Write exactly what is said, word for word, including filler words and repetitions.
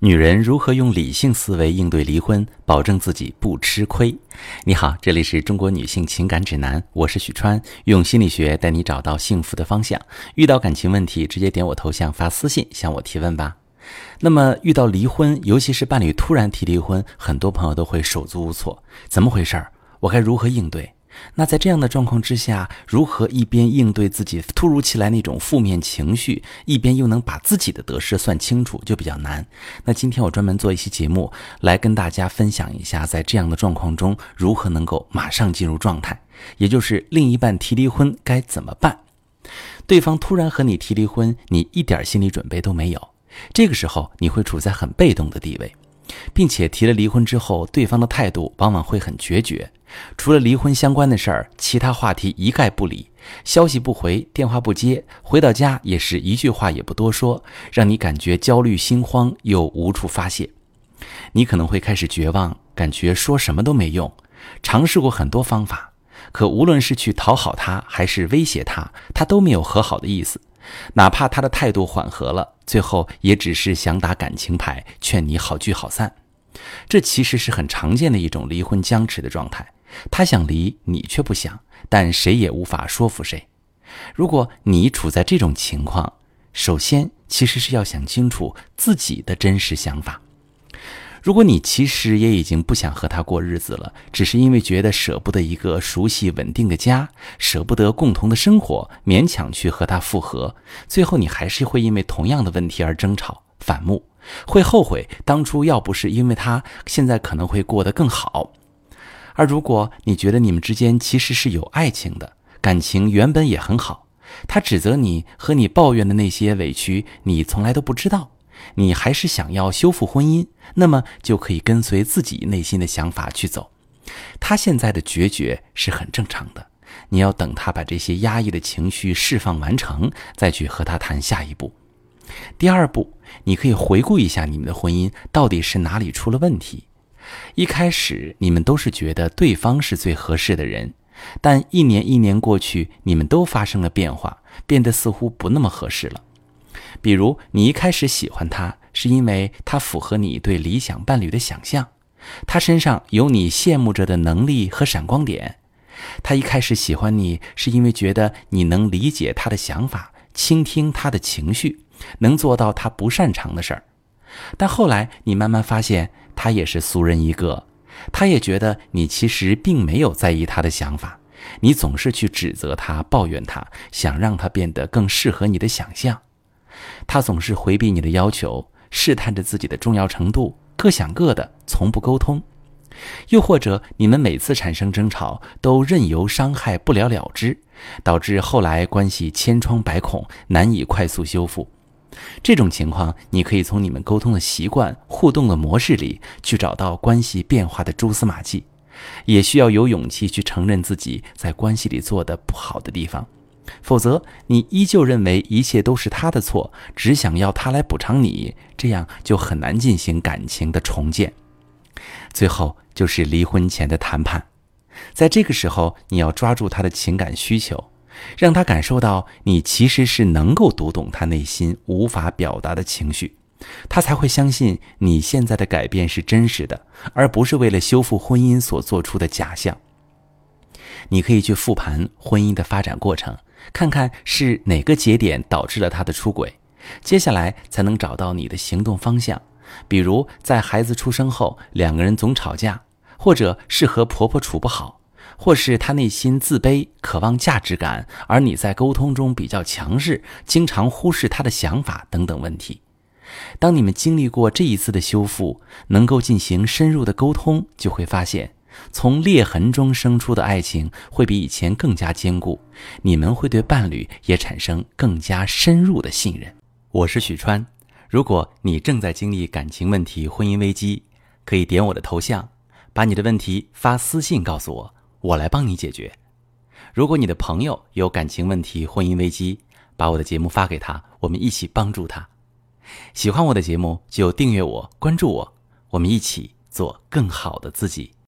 女人如何用理性思维应对离婚，保证自己不吃亏？你好，这里是中国女性情感指南，我是许川，用心理学带你找到幸福的方向。遇到感情问题，直接点我头像发私信向我提问吧。那么遇到离婚，尤其是伴侣突然提离婚，很多朋友都会手足无措，怎么回事？我该如何应对？那在这样的状况之下，如何一边应对自己突如其来那种负面情绪，一边又能把自己的得失算清楚，就比较难。那今天我专门做一期节目，来跟大家分享一下，在这样的状况中，如何能够马上进入状态，也就是另一半提离婚该怎么办。对方突然和你提离婚，你一点心理准备都没有，这个时候你会处在很被动的地位，并且提了离婚之后，对方的态度往往会很决绝，除了离婚相关的事儿，其他话题一概不理，消息不回，电话不接，回到家也是一句话也不多说，让你感觉焦虑心慌又无处发泄。你可能会开始绝望，感觉说什么都没用，尝试过很多方法，可无论是去讨好他还是威胁他，他都没有和好的意思，哪怕他的态度缓和了，最后也只是想打感情牌，劝你好聚好散。这其实是很常见的一种离婚僵持的状态，他想离，你却不想，但谁也无法说服谁。如果你处在这种情况，首先其实是要想清楚自己的真实想法。如果你其实也已经不想和他过日子了，只是因为觉得舍不得一个熟悉稳定的家，舍不得共同的生活，勉强去和他复合，最后你还是会因为同样的问题而争吵反目，会后悔当初要不是因为他，现在可能会过得更好。而如果你觉得你们之间其实是有爱情的，感情原本也很好，他指责你和你抱怨的那些委屈你从来都不知道，你还是想要修复婚姻，那么就可以跟随自己内心的想法去走。他现在的决绝是很正常的，你要等他把这些压抑的情绪释放完成，再去和他谈下一步。第二步，你可以回顾一下你们的婚姻到底是哪里出了问题。一开始你们都是觉得对方是最合适的人，但一年一年过去，你们都发生了变化，变得似乎不那么合适了。比如你一开始喜欢他，是因为他符合你对理想伴侣的想象，他身上有你羡慕着的能力和闪光点。他一开始喜欢你，是因为觉得你能理解他的想法，倾听他的情绪，能做到他不擅长的事儿。但后来你慢慢发现，他也是俗人一个，他也觉得你其实并没有在意他的想法，你总是去指责他，抱怨他，想让他变得更适合你的想象。他总是回避你的要求，试探着自己的重要程度，各想各的，从不沟通。又或者你们每次产生争吵都任由伤害不了了之，导致后来关系千疮百孔，难以快速修复。这种情况，你可以从你们沟通的习惯、互动的模式里去找到关系变化的蛛丝马迹，也需要有勇气去承认自己在关系里做的不好的地方。否则你依旧认为一切都是他的错，只想要他来补偿你，这样就很难进行感情的重建。最后就是离婚前的谈判，在这个时候你要抓住他的情感需求，让他感受到你其实是能够读懂他内心无法表达的情绪，他才会相信你现在的改变是真实的，而不是为了修复婚姻所做出的假象。你可以去复盘婚姻的发展过程，看看是哪个节点导致了他的出轨，接下来才能找到你的行动方向。比如在孩子出生后，两个人总吵架，或者是和婆婆处不好，或是他内心自卑，渴望价值感，而你在沟通中比较强势，经常忽视他的想法等等问题。当你们经历过这一次的修复，能够进行深入的沟通，就会发现从裂痕中生出的爱情会比以前更加坚固，你们会对伴侣也产生更加深入的信任。我是许川，如果你正在经历感情问题、婚姻危机，可以点我的头像，把你的问题发私信告诉我，我来帮你解决。如果你的朋友有感情问题、婚姻危机，把我的节目发给他，我们一起帮助他。喜欢我的节目就订阅我、关注我，我们一起做更好的自己。